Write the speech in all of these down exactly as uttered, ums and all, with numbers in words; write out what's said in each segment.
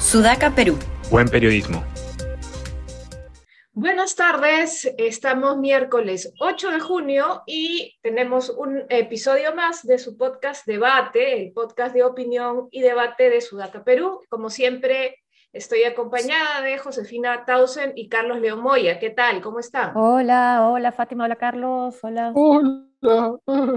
Sudaca, Perú. Buen periodismo. Buenas tardes, estamos miércoles ocho de junio y tenemos un episodio más de su podcast Debate, el podcast de opinión y debate de Sudaca, Perú. Como siempre, estoy acompañada de Josefina Tausen y Carlos León Moya. ¿Qué tal? ¿Cómo están? Hola, hola Fátima, hola Carlos, hola. Hola.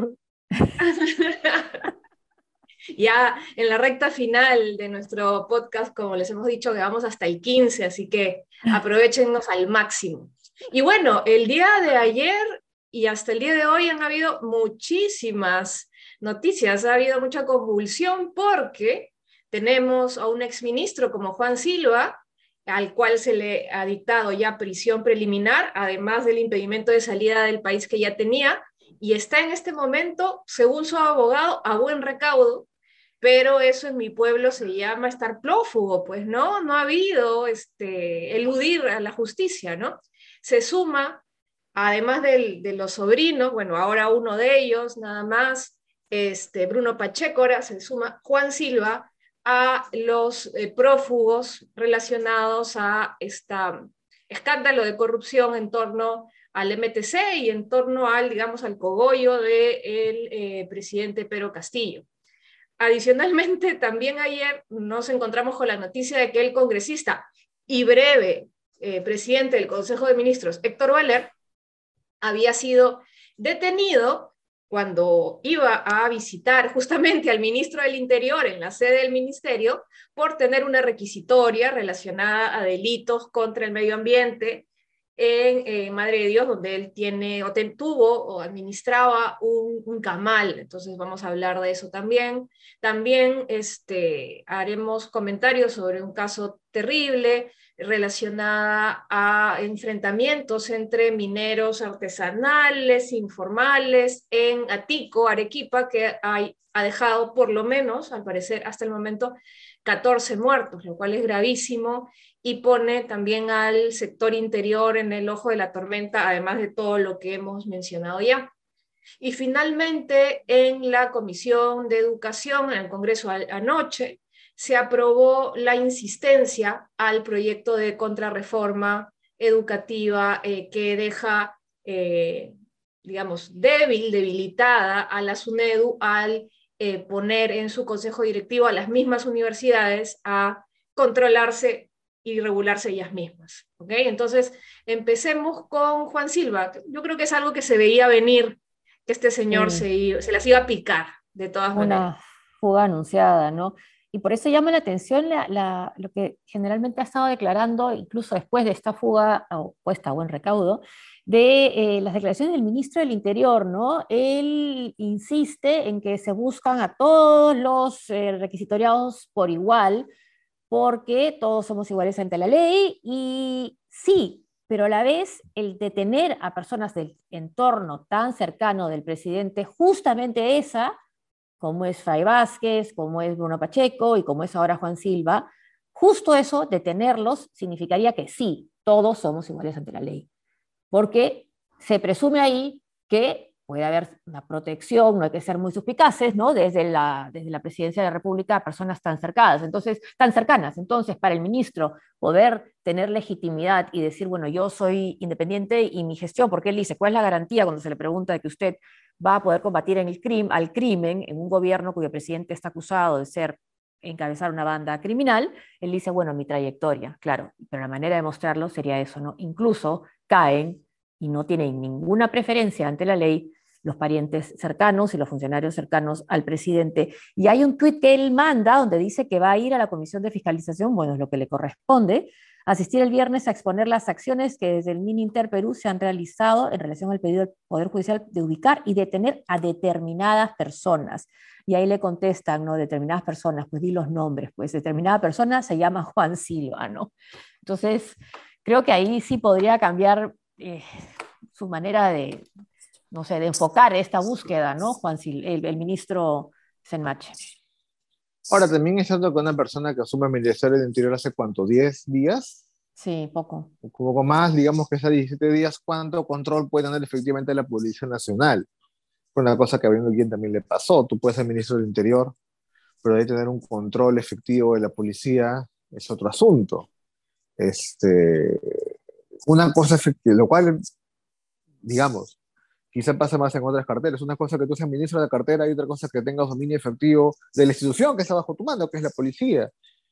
Ya en la recta final de nuestro podcast, como les hemos dicho, que vamos hasta el quince, así que aprovechennos al máximo. Y bueno, el día de ayer y hasta el día de hoy han habido muchísimas noticias, ha habido mucha convulsión porque tenemos a un exministro como Juan Silva, al cual se le ha dictado ya prisión preliminar, además del impedimento de salida del país que ya tenía, y está en este momento, según su abogado, a buen recaudo, pero eso en mi pueblo se llama estar prófugo, pues no, no ha habido este, eludir a la justicia, ¿no? Se suma, además del, de los sobrinos, bueno, ahora uno de ellos, nada más, este, Bruno Pacheco, ahora se suma Juan Silva a los eh, prófugos relacionados a este escándalo de corrupción en torno al M T C y en torno al, digamos, al cogollo del de eh, presidente Pedro Castillo. Adicionalmente, también ayer nos encontramos con la noticia de que el congresista y breve eh, presidente del Consejo de Ministros, Héctor Valer, había sido detenido cuando iba a visitar justamente al ministro del Interior en la sede del ministerio por tener una requisitoria relacionada a delitos contra el medio ambiente en eh, Madre de Dios, donde él tiene o tuvo o administraba un, un camal. Entonces vamos a hablar de eso también. También este, haremos comentarios sobre un caso terrible relacionada a enfrentamientos entre mineros artesanales, informales, en Atico, Arequipa, que hay, ha dejado por lo menos, al parecer hasta el momento, catorce muertos, lo cual es gravísimo y pone también al sector interior en el ojo de la tormenta, además de todo lo que hemos mencionado ya. Y finalmente, en la Comisión de Educación, en el Congreso anoche, se aprobó la insistencia al proyecto de contrarreforma educativa eh, que deja, eh, digamos, débil, debilitada a la SUNEDU al eh, poner en su consejo directivo a las mismas universidades a controlarse y regularse ellas mismas. ¿Okay? Entonces, empecemos con Juan Silva. Yo creo que es algo que se veía venir, que este señor Sí, se, se las iba a picar, de todas maneras. una fuga anunciada, ¿no? Y por eso llama la atención la, la- lo que generalmente ha estado declarando, incluso después de esta fuga o puesta a buen recaudo, de eh, las declaraciones del ministro del Interior, ¿no? Él insiste en que se buscan a todos los eh, requisitoriados por igual, porque todos somos iguales ante la ley y sí, pero a la vez el detener a personas del entorno tan cercano del presidente, justamente esa, como es Fray Vázquez, como es Bruno Pacheco y como es ahora Juan Silva, justo eso, detenerlos, significaría que sí, todos somos iguales ante la ley, porque se presume ahí que puede haber una protección, no hay que ser muy suspicaces, ¿no? Desde la, desde la presidencia de la República a personas tan cercanas, entonces, tan cercanas. Entonces, para el ministro poder tener legitimidad y decir, bueno, yo soy independiente y mi gestión, porque él dice, ¿cuál es la garantía cuando se le pregunta de que usted va a poder combatir en el crimen, al crimen en un gobierno cuyo presidente está acusado de ser encabezar una banda criminal? Él dice, bueno, mi trayectoria, claro, pero la manera de mostrarlo sería eso, ¿no? Incluso caen y no tienen ninguna preferencia ante la ley los parientes cercanos y los funcionarios cercanos al presidente. Y hay un tuit que él manda donde dice que va a ir a la Comisión de Fiscalización, bueno, es lo que le corresponde, asistir el viernes a exponer las acciones que desde el Mininter Perú se han realizado en relación al pedido del Poder Judicial de ubicar y detener a determinadas personas. Y ahí le contestan, ¿no? Determinadas personas, pues di los nombres, pues determinada persona se llama Juan Silva, ¿no? Entonces, creo que ahí sí podría cambiar eh, su manera de, no sé, de enfocar esta búsqueda, ¿no? Juan Sil, el, el ministro Senmache. Ahora, también es cierto que una persona que asume el Ministerio del Interior hace cuánto, diez días, Sí, poco. un poco más, digamos que hace diecisiete días, ¿cuánto control puede tener efectivamente la Policía Nacional? Fue una cosa que a Bruno Guillén también le pasó. Tú puedes ser ministro del Interior, pero hay que tener un control efectivo de la policía es otro asunto. Este, una cosa es que, lo cual, digamos, quizá pasa más en otras carteras. Una cosa que tú seas ministro de la cartera y otra cosa que tengas dominio efectivo de la institución que está bajo tu mando, que es la policía.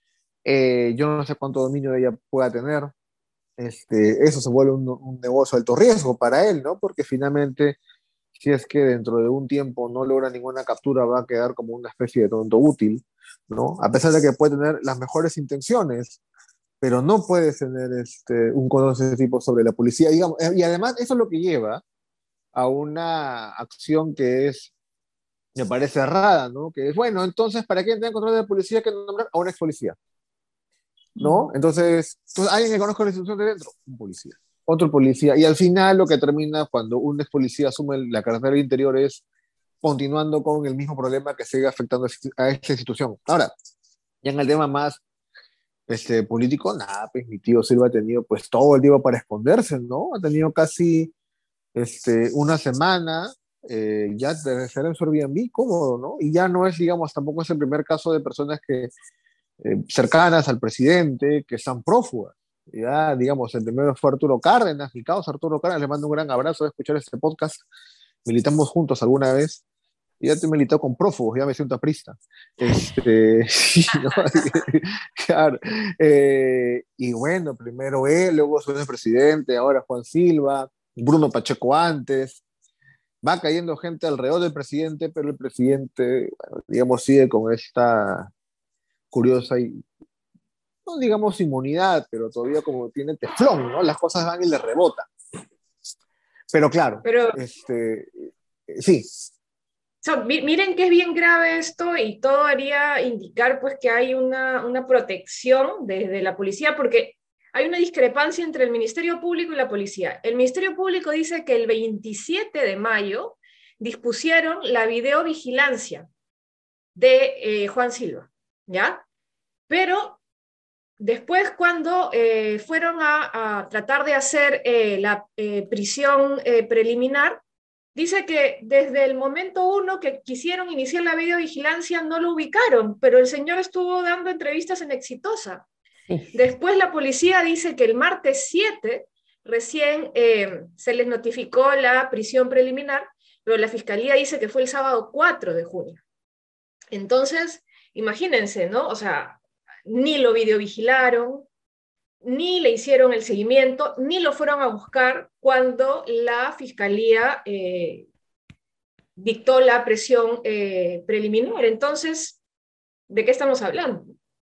Eh, yo no sé cuánto dominio ella pueda tener. Este, eso se vuelve un, un negocio de alto riesgo para él, ¿no? Porque finalmente, si es que dentro de un tiempo no logra ninguna captura, va a quedar como una especie de tonto útil, ¿no? A pesar de que puede tener las mejores intenciones, pero no puede tener este, un conocimiento de ese tipo sobre la policía, digamos. Y además, eso es lo que lleva a una acción que es, me parece errada, ¿no? Que es, bueno, entonces, ¿para qué tener control de la policía hay que nombrar a un ex policía? ¿No? Entonces, entonces, alguien que conozca la institución de dentro, un policía, otro policía, y al final lo que termina cuando un ex policía asume la cartera de interior es continuando con el mismo problema que sigue afectando a esta institución. Ahora, ya en el tema más este, político, nada, pues mi tío Silva ha tenido pues todo el tiempo para esconderse, ¿no? Ha tenido casi este, una semana eh, ya de estar en su Airbnb cómodo, ¿no? Y ya no es, digamos, tampoco es el primer caso de personas que eh, cercanas al presidente, que están prófugas. Ya, digamos, el primero fue Arturo Cárdenas, mi causa Arturo Cárdenas, le mando un gran abrazo de escuchar este podcast. Militamos juntos alguna vez, y ya te he militado con prófugos, ya me siento aprista. Este, sí, ¿no? Claro. Eh, y bueno, primero él, luego su presidente, ahora Juan Silva, Bruno Pacheco antes. Va cayendo gente alrededor del presidente, pero el presidente, bueno, digamos, sigue con esta curiosa y, no digamos inmunidad, pero todavía como tiene teflón, ¿no? Las cosas van y le rebotan. Pero claro, Pero este, sí. so, mi- miren que es bien grave esto y todo haría indicar pues que hay una, una protección desde la policía porque hay una discrepancia entre el Ministerio Público y la policía. El Ministerio Público dice que el veintisiete de mayo dispusieron la videovigilancia de eh, Juan Silva, ¿ya? Pero después cuando eh, fueron a, a tratar de hacer eh, la eh, prisión eh, preliminar, dice que desde el momento uno que quisieron iniciar la videovigilancia no lo ubicaron, pero el señor estuvo dando entrevistas en Exitosa. Sí. Después la policía dice que el martes siete recién eh, se les notificó la prisión preliminar, pero la fiscalía dice que fue el sábado cuatro de junio. Entonces, imagínense, ¿no? O sea, ni lo videovigilaron, ni le hicieron el seguimiento, ni lo fueron a buscar cuando la fiscalía eh, dictó la presión eh, preliminar. Entonces, ¿de qué estamos hablando?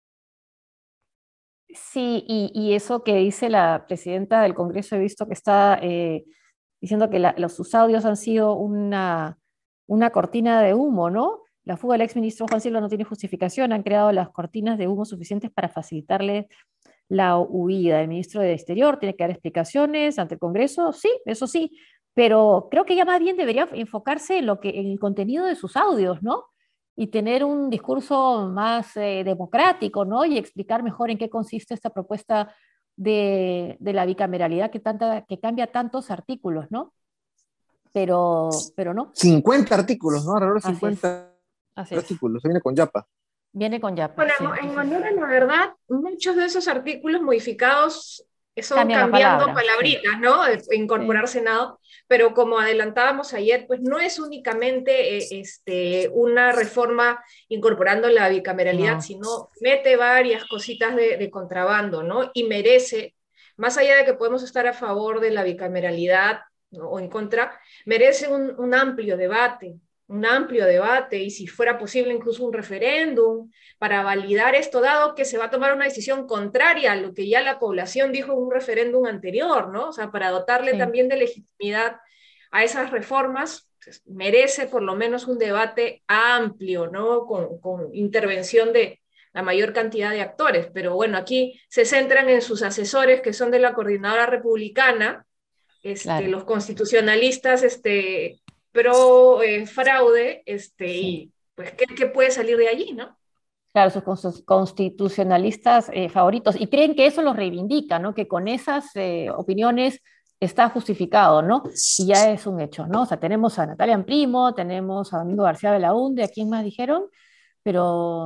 Sí, y, y eso que dice la presidenta del Congreso, he visto que está eh, diciendo que la- los, sus audios han sido una, una cortina de humo, ¿no? La fuga del exministro Juan Silva no tiene justificación, han creado las cortinas de humo suficientes para facilitarle la huida. El ministro de Exterior tiene que dar explicaciones ante el Congreso, sí, eso sí, pero creo que ya más bien debería enfocarse en lo que, en el contenido de sus audios, ¿no? Y tener un discurso más eh, democrático, ¿no? Y explicar mejor en qué consiste esta propuesta de, de la bicameralidad que, tanta, que cambia tantos artículos, ¿no? Pero, pero no, cincuenta artículos, ¿no? Alrededor de así es, cincuenta así es. artículos, se viene con Yapa. Viene con Yapa, Bueno, sí. en Entonces, honor a la verdad, muchos de esos artículos modificados son cambian la cambiando palabra, sí, palabritas, ¿no? De sí, incorporar Senado, pero como adelantábamos ayer, pues no es únicamente eh, este, una reforma incorporando la bicameralidad, no, sino mete varias cositas de, de contrabando, ¿no? Y merece, más allá de que podemos estar a favor de la bicameralidad, ¿no? O en contra, merece un, un amplio debate, un amplio debate, y si fuera posible incluso un referéndum para validar esto, dado que se va a tomar una decisión contraria a lo que ya la población dijo en un referéndum anterior, ¿no? O sea, para dotarle sí. también de legitimidad a esas reformas, pues, merece por lo menos un debate amplio, ¿no? Con, con intervención de la mayor cantidad de actores. Pero bueno, aquí se centran en sus asesores, que son de la coordinadora republicana, este, Claro, los constitucionalistas, este, pro eh, fraude, este, sí. y pues, ¿qué, ¿qué puede salir de allí, no? Claro, sus cons- constitucionalistas eh, favoritos, y creen que eso los reivindica, ¿no? Que con esas eh, opiniones está justificado, ¿no? Y ya es un hecho, ¿no? O sea, tenemos a Natalia Primo, tenemos a Domingo García Belaúnde, ¿a quién más dijeron? Pero,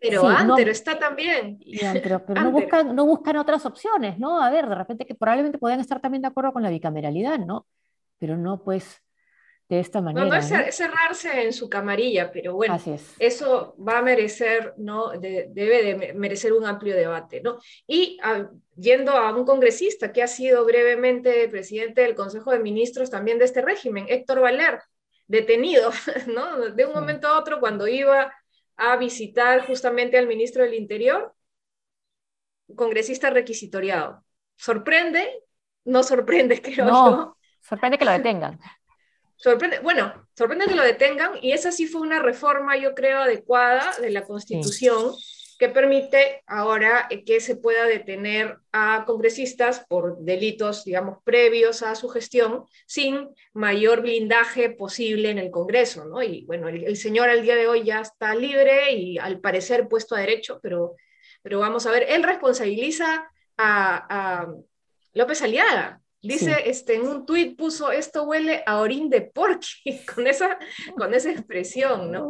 Pero Sí, Antero no, está también. ya, pero, pero no Antero. buscan, no buscan otras opciones, ¿no? A ver, de repente que probablemente podrían estar también de acuerdo con la bicameralidad, ¿no? Pero no, pues, de esta No, no manera, es, cer- ¿no? es cerrarse en su camarilla, pero bueno, Así es. eso va a merecer, ¿no? De- debe de me- merecer un amplio debate, ¿no? Y ah, yendo a un congresista que ha sido brevemente presidente del Consejo de Ministros también de este régimen, Héctor Valer, detenido, ¿no? De un Sí. momento a otro, cuando iba a visitar justamente al ministro del Interior, congresista requisitoriado. ¿Sorprende? No sorprende, creo No, yo. sorprende que lo detengan. Sorprende, bueno, sorprende que lo detengan y esa sí fue una reforma, yo creo, adecuada de la Sí. Constitución que permite ahora eh, que se pueda detener a congresistas por delitos, digamos, previos a su gestión, sin mayor blindaje posible en el Congreso, ¿no? Y bueno, el, el señor al día de hoy ya está libre y al parecer puesto a derecho, pero, pero vamos a ver, él responsabiliza a, a López Aliaga. Sí. Dice, este, en un tuit puso, esto huele a orín de porqui, con esa, con esa expresión, ¿no?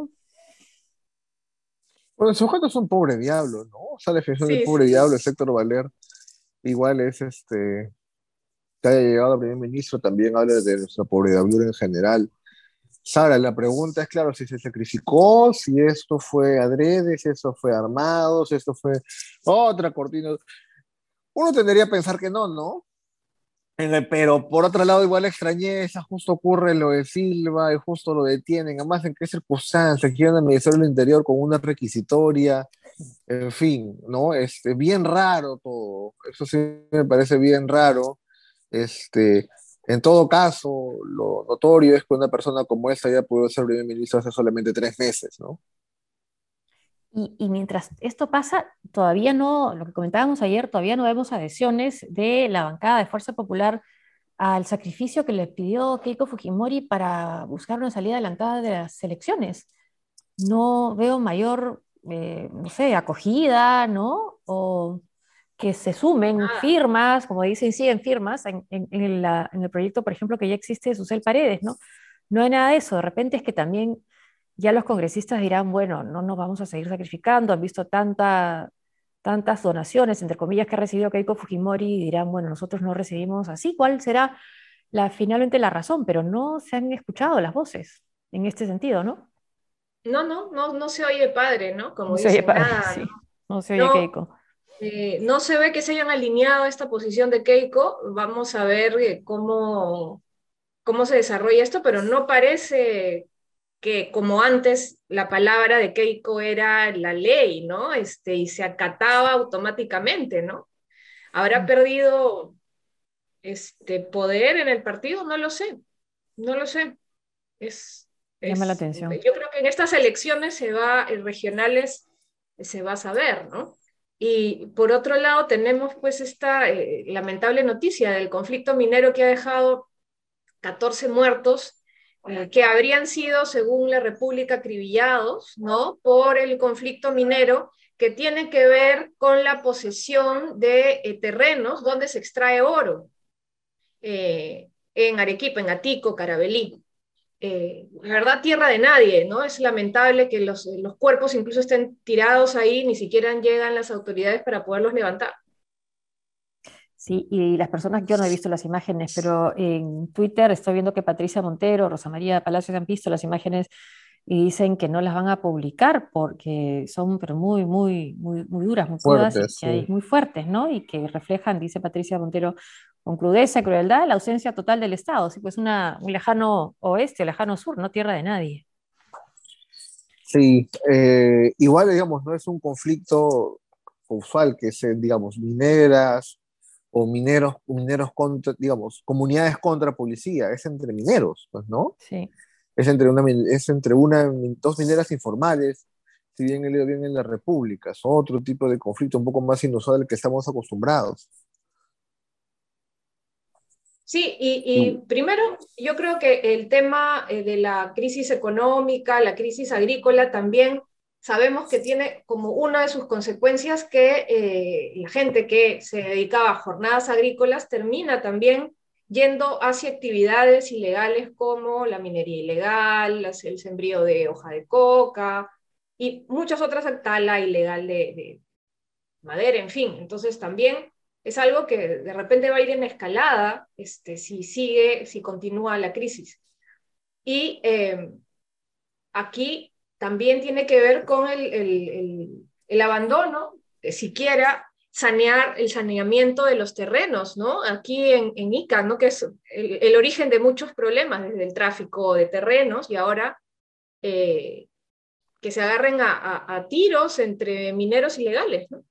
Bueno, el sujeto es un pobre diablo, ¿no? O sea, la definición de Sí, pobre sí. diablo es Héctor Valer. Igual es este, que haya llegado a primer ministro, también habla de nuestra pobre diablo en general. Sara, la pregunta es, claro, si se sacrificó, si esto fue adrede, si esto fue armado, si esto fue otra cortina. Uno tendría que pensar que no, ¿no? En el- pero por otro lado, igual la extrañeza, justo ocurre lo de Silva y justo lo detienen. Además, ¿en qué circunstancias quieren el Ministerio del Interior con una requisitoria? En fin, ¿no? Este, bien raro todo. Eso sí me parece bien raro. Este, en todo caso, lo notorio es que una persona como esta ya pudo ser primer ministro hace solamente tres meses, ¿no? Y, y mientras esto pasa, todavía no, lo que comentábamos ayer, todavía no vemos adhesiones de la bancada de Fuerza Popular al sacrificio que le pidió Keiko Fujimori para buscar una salida adelantada de las elecciones. No veo mayor, eh, no sé, acogida, ¿no? O que se sumen Nada. firmas, como dicen, siguen firmas en, en, en la- en el proyecto, por ejemplo, que ya existe de Susel Paredes, ¿no? No hay nada de eso. De repente es que también ya los congresistas dirán, bueno, no nos vamos a seguir sacrificando, han visto tanta, tantas donaciones, entre comillas, que ha recibido Keiko Fujimori, y dirán, bueno, nosotros no recibimos así, ¿cuál será la, finalmente la razón? Pero no se han escuchado las voces en este sentido, ¿no? No, no, no, no se oye padre, ¿no? No Como se oye dicen, padre, nada, sí, no se oye no, Keiko. eh, no se ve que se hayan alineado a esta posición de Keiko. Vamos a ver eh, cómo, cómo se desarrolla esto, pero no parece que como antes la palabra de Keiko era la ley, ¿no? Este, y se acataba automáticamente, ¿no? ¿Habrá perdido este poder en el partido? No lo sé, no lo sé. Es, Llama la es, atención. yo creo que en estas elecciones se va, eh, regionales se va a saber, ¿no? Y por otro lado tenemos pues esta eh, lamentable noticia del conflicto minero que ha dejado catorce muertos, eh, que habrían sido, según la República, acribillados, ¿no? Por el conflicto minero que tiene que ver con la posesión de eh, terrenos donde se extrae oro, eh, en Arequipa, en Atico, Carabelí. Eh, la verdad, tierra de nadie, ¿no? Es lamentable que los, los cuerpos incluso estén tirados ahí, ni siquiera llegan las autoridades para poderlos levantar. Sí, y las personas, yo no he visto las imágenes, pero en Twitter estoy viendo que Patricia Montero, Rosa María Palacios han visto las imágenes y dicen que no las van a publicar porque son pero muy, muy, muy, muy duras, muy crudas Fuerte, y que hay sí. muy fuertes, ¿no? Y que reflejan, dice Patricia Montero, con crudeza y crueldad, la ausencia total del Estado. Sí, pues una, un lejano oeste, lejano sur, no tierra de nadie. Sí, eh, igual, digamos, no es un conflicto usual que se, digamos, mineras o mineros, mineros contra, digamos, comunidades contra policía, es entre mineros, pues, ¿no? Sí. Es entre una, min- es entre una, dos mineras informales, si bien he leído bien en la República, es otro tipo de conflicto un poco más inusual al que estamos acostumbrados. Sí, y, Y, y primero, yo creo que el tema eh, de la crisis económica, la crisis agrícola, también sabemos que tiene como una de sus consecuencias que eh, la gente que se dedicaba a jornadas agrícolas termina también yendo hacia actividades ilegales como la minería ilegal, las- el sembrío de hoja de coca, y muchas otras, tala ilegal de, de madera, en fin. Entonces también es algo que de repente va a ir en escalada este, si sigue, si continúa la crisis. Y eh, aquí también tiene que ver con el, el, el, el abandono, de siquiera sanear el saneamiento de los terrenos, ¿no? Aquí en, en Ica, ¿no? Que es el, el origen de muchos problemas, desde el tráfico de terrenos y ahora eh, que se agarren a, a, a tiros entre mineros ilegales, ¿no?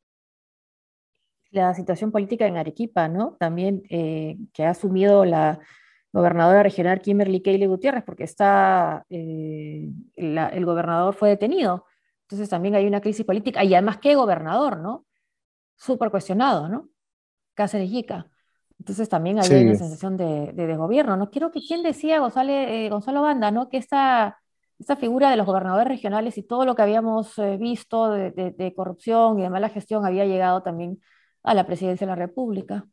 La situación política en Arequipa, ¿no? También eh, que ha asumido la gobernadora regional Kimberly Keile Gutiérrez, porque está, eh, la- el gobernador fue detenido. Entonces también hay una crisis política, y además, ¿qué gobernador, no? Súper cuestionado, ¿no? Cáceres Yica. Entonces también ahí hay una Sí, sensación de, de desgobierno, ¿no? Quiero que, ¿quién decía, González, eh, Gonzalo Banda, ¿no? Que esta, esta figura de los gobernadores regionales y todo lo que habíamos eh, visto de, de- de corrupción y de mala gestión había llegado también a la presidencia de la República,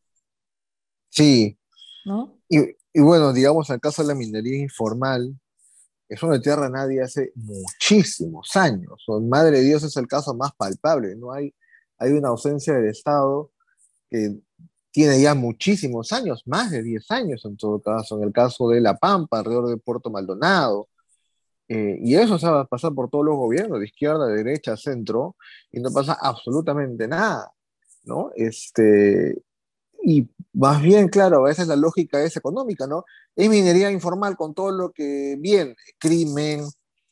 sí. ¿no? Y, y bueno, digamos, el caso de la minería informal, eso no entierra a nadie hace muchísimos años. O, madre de Dios, es el caso más palpable. No hay, hay una ausencia del Estado que tiene ya muchísimos años, más de diez años en todo caso, en el caso de La Pampa, alrededor de Puerto Maldonado. Eh, y eso se va a pasar por todos los gobiernos, de izquierda, de derecha, centro, y no pasa absolutamente nada, ¿no? Este, y más bien, claro, a veces la lógica es económica, ¿no? Es minería informal con todo lo que, bien, crimen,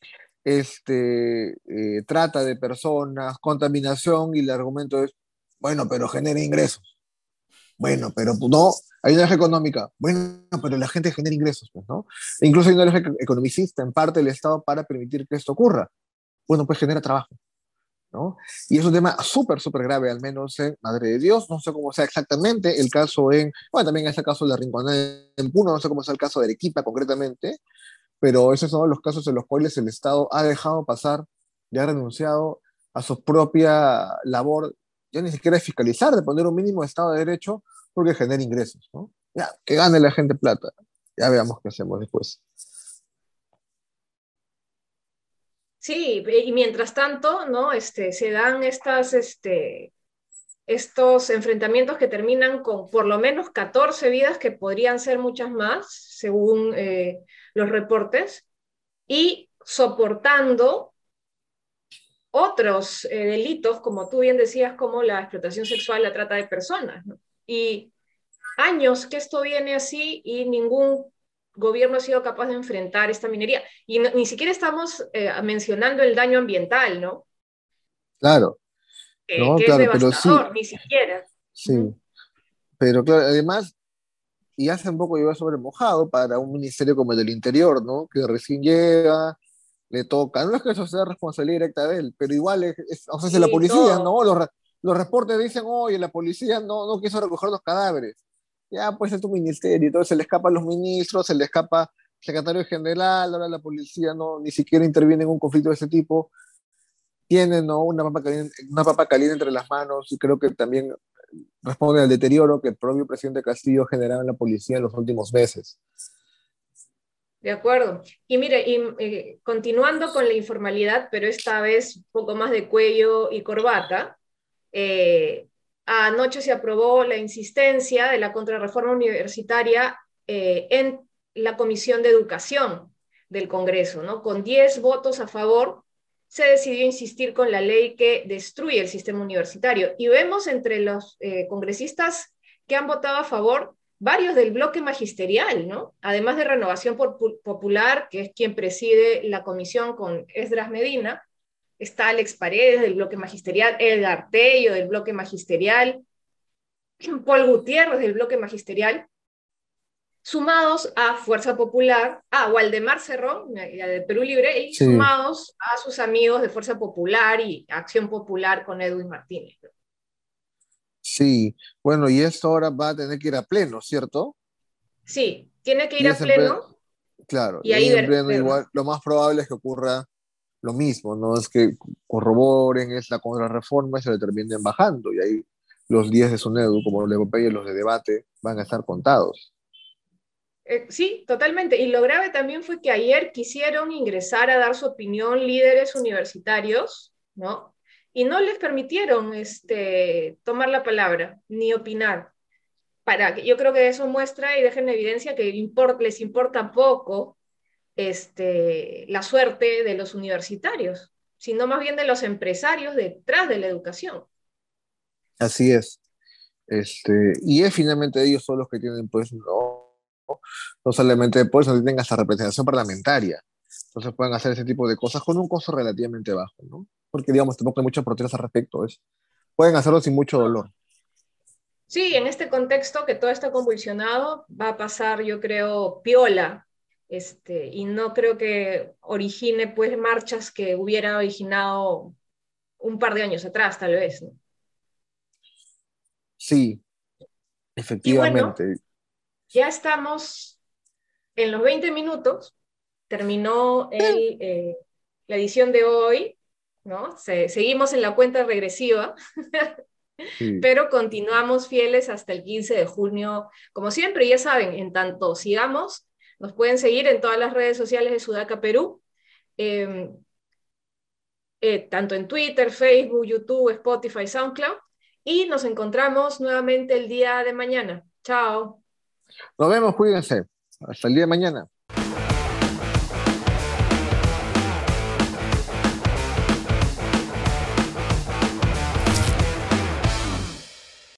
este, eh, trata de personas, contaminación, y el argumento es, bueno, pero genera ingresos. Bueno, pero pues, no, hay una lógica económica. Bueno, pero la gente genera ingresos, pues, ¿no? E incluso hay una lógica economicista en parte del Estado para permitir que esto ocurra. Bueno, pues genera trabajo, ¿no? Y es un tema súper, súper grave, al menos en Madre de Dios. No sé cómo sea exactamente el caso en, bueno, también es el caso de la Rinconada en Puno, no sé cómo sea el caso de Arequipa concretamente, pero esos son los casos en los cuales el Estado ha dejado pasar y ha renunciado a su propia labor, ya ni siquiera de fiscalizar, de poner un mínimo de Estado de Derecho, porque genera ingresos, ¿no? Ya, que gane la gente plata. Ya veamos qué hacemos después. Sí, y mientras tanto, ¿no? Este, se dan estas, este, estos enfrentamientos que terminan con por lo menos catorce vidas, que podrían ser muchas más, según eh, los reportes, y soportando otros eh, delitos, como tú bien decías, como la explotación sexual, la trata de personas, ¿no? Y años que esto viene así y ningún gobierno ha sido capaz de enfrentar esta minería. Y no, ni siquiera estamos eh, mencionando el daño ambiental, ¿no? Claro, Que, ¿no? que es Claro, pero sí, devastador, ni siquiera. sí. Uh-huh. Pero claro, además, y hace un poco llueve sobre mojado para un ministerio como el del Interior, ¿no? Que recién llega, le toca. No es que eso sea responsabilidad directa de él, pero igual es, es o sea, si la Y policía, todo. ¿no? Los, re- los reportes dicen, oye, la policía no, no quiso recoger los cadáveres. Ya, pues es tu ministerio, entonces se le escapa a los ministros, se le escapa al secretario general, ahora la policía no, ni siquiera interviene en un conflicto de ese tipo. Tienen, ¿no? Una papa caliente, una papa caliente entre las manos, y creo que también responde al deterioro que el propio presidente Castillo generaba en la policía en los últimos meses. De acuerdo. Y mire, y, eh, continuando con la informalidad, pero esta vez un poco más de cuello y corbata, eh, anoche se aprobó la insistencia de la contrarreforma universitaria eh, en la Comisión de Educación del Congreso, ¿no? Con diez votos a favor, se decidió insistir con la ley que destruye el sistema universitario. Y vemos entre los eh, congresistas que han votado a favor varios del bloque magisterial, ¿no? Además de Renovación Popular, que es quien preside la comisión con Esdras Medina, está Alex Paredes del bloque magisterial, Edgar Tello del bloque magisterial, Paul Gutiérrez del bloque magisterial, sumados a Fuerza Popular, a Waldemar Cerrón, de Perú Libre, y Sí, sumados a sus amigos de Fuerza Popular y Acción Popular con Edwin Martínez. sí. Bueno, y esto ahora va a tener que ir a pleno, ¿cierto? Sí, tiene que ir Y a es en pleno, pleno claro, y y ahí ahí en ver, pleno ver, ¿no? igual, lo más probable es que ocurra lo mismo, ¿no? Es que corroboren, es la contrarreforma y se le terminen bajando, y ahí los diez de SUNEDU, como le y los de debate, van a estar contados. Eh, sí, totalmente. Y lo grave también fue que ayer quisieron ingresar a dar su opinión líderes universitarios, ¿no? Y no les permitieron este, tomar la palabra ni opinar. Para, que- yo creo que eso muestra y deja en evidencia que import- les importa poco este, la suerte de los universitarios, sino más bien de los empresarios detrás de la educación. Así es. Este, y es finalmente ellos son los que tienen, pues, no, no solamente por eso tienen hasta representación parlamentaria. Entonces pueden hacer ese tipo de cosas con un costo relativamente bajo, ¿no? Porque, digamos, tampoco hay muchas protestas al respecto. Es, pueden hacerlo sin mucho dolor. Sí, en este contexto que todo está convulsionado, va a pasar, yo creo, piola, este, y no creo que origine pues marchas que hubiera originado un par de años atrás, tal vez, ¿no? Sí, Y bueno, efectivamente. ya estamos en los veinte minutos, terminó el, eh, la edición de hoy, ¿no? Se, seguimos en la cuenta regresiva, Sí. pero continuamos fieles hasta el quince de junio, como siempre, ya saben, en tanto sigamos, nos pueden seguir en todas las redes sociales de Sudaca Perú, eh, eh, tanto en Twitter, Facebook, YouTube, Spotify, SoundCloud, y nos encontramos nuevamente el día de mañana. Chao. Nos vemos, cuídense. Hasta el día de mañana.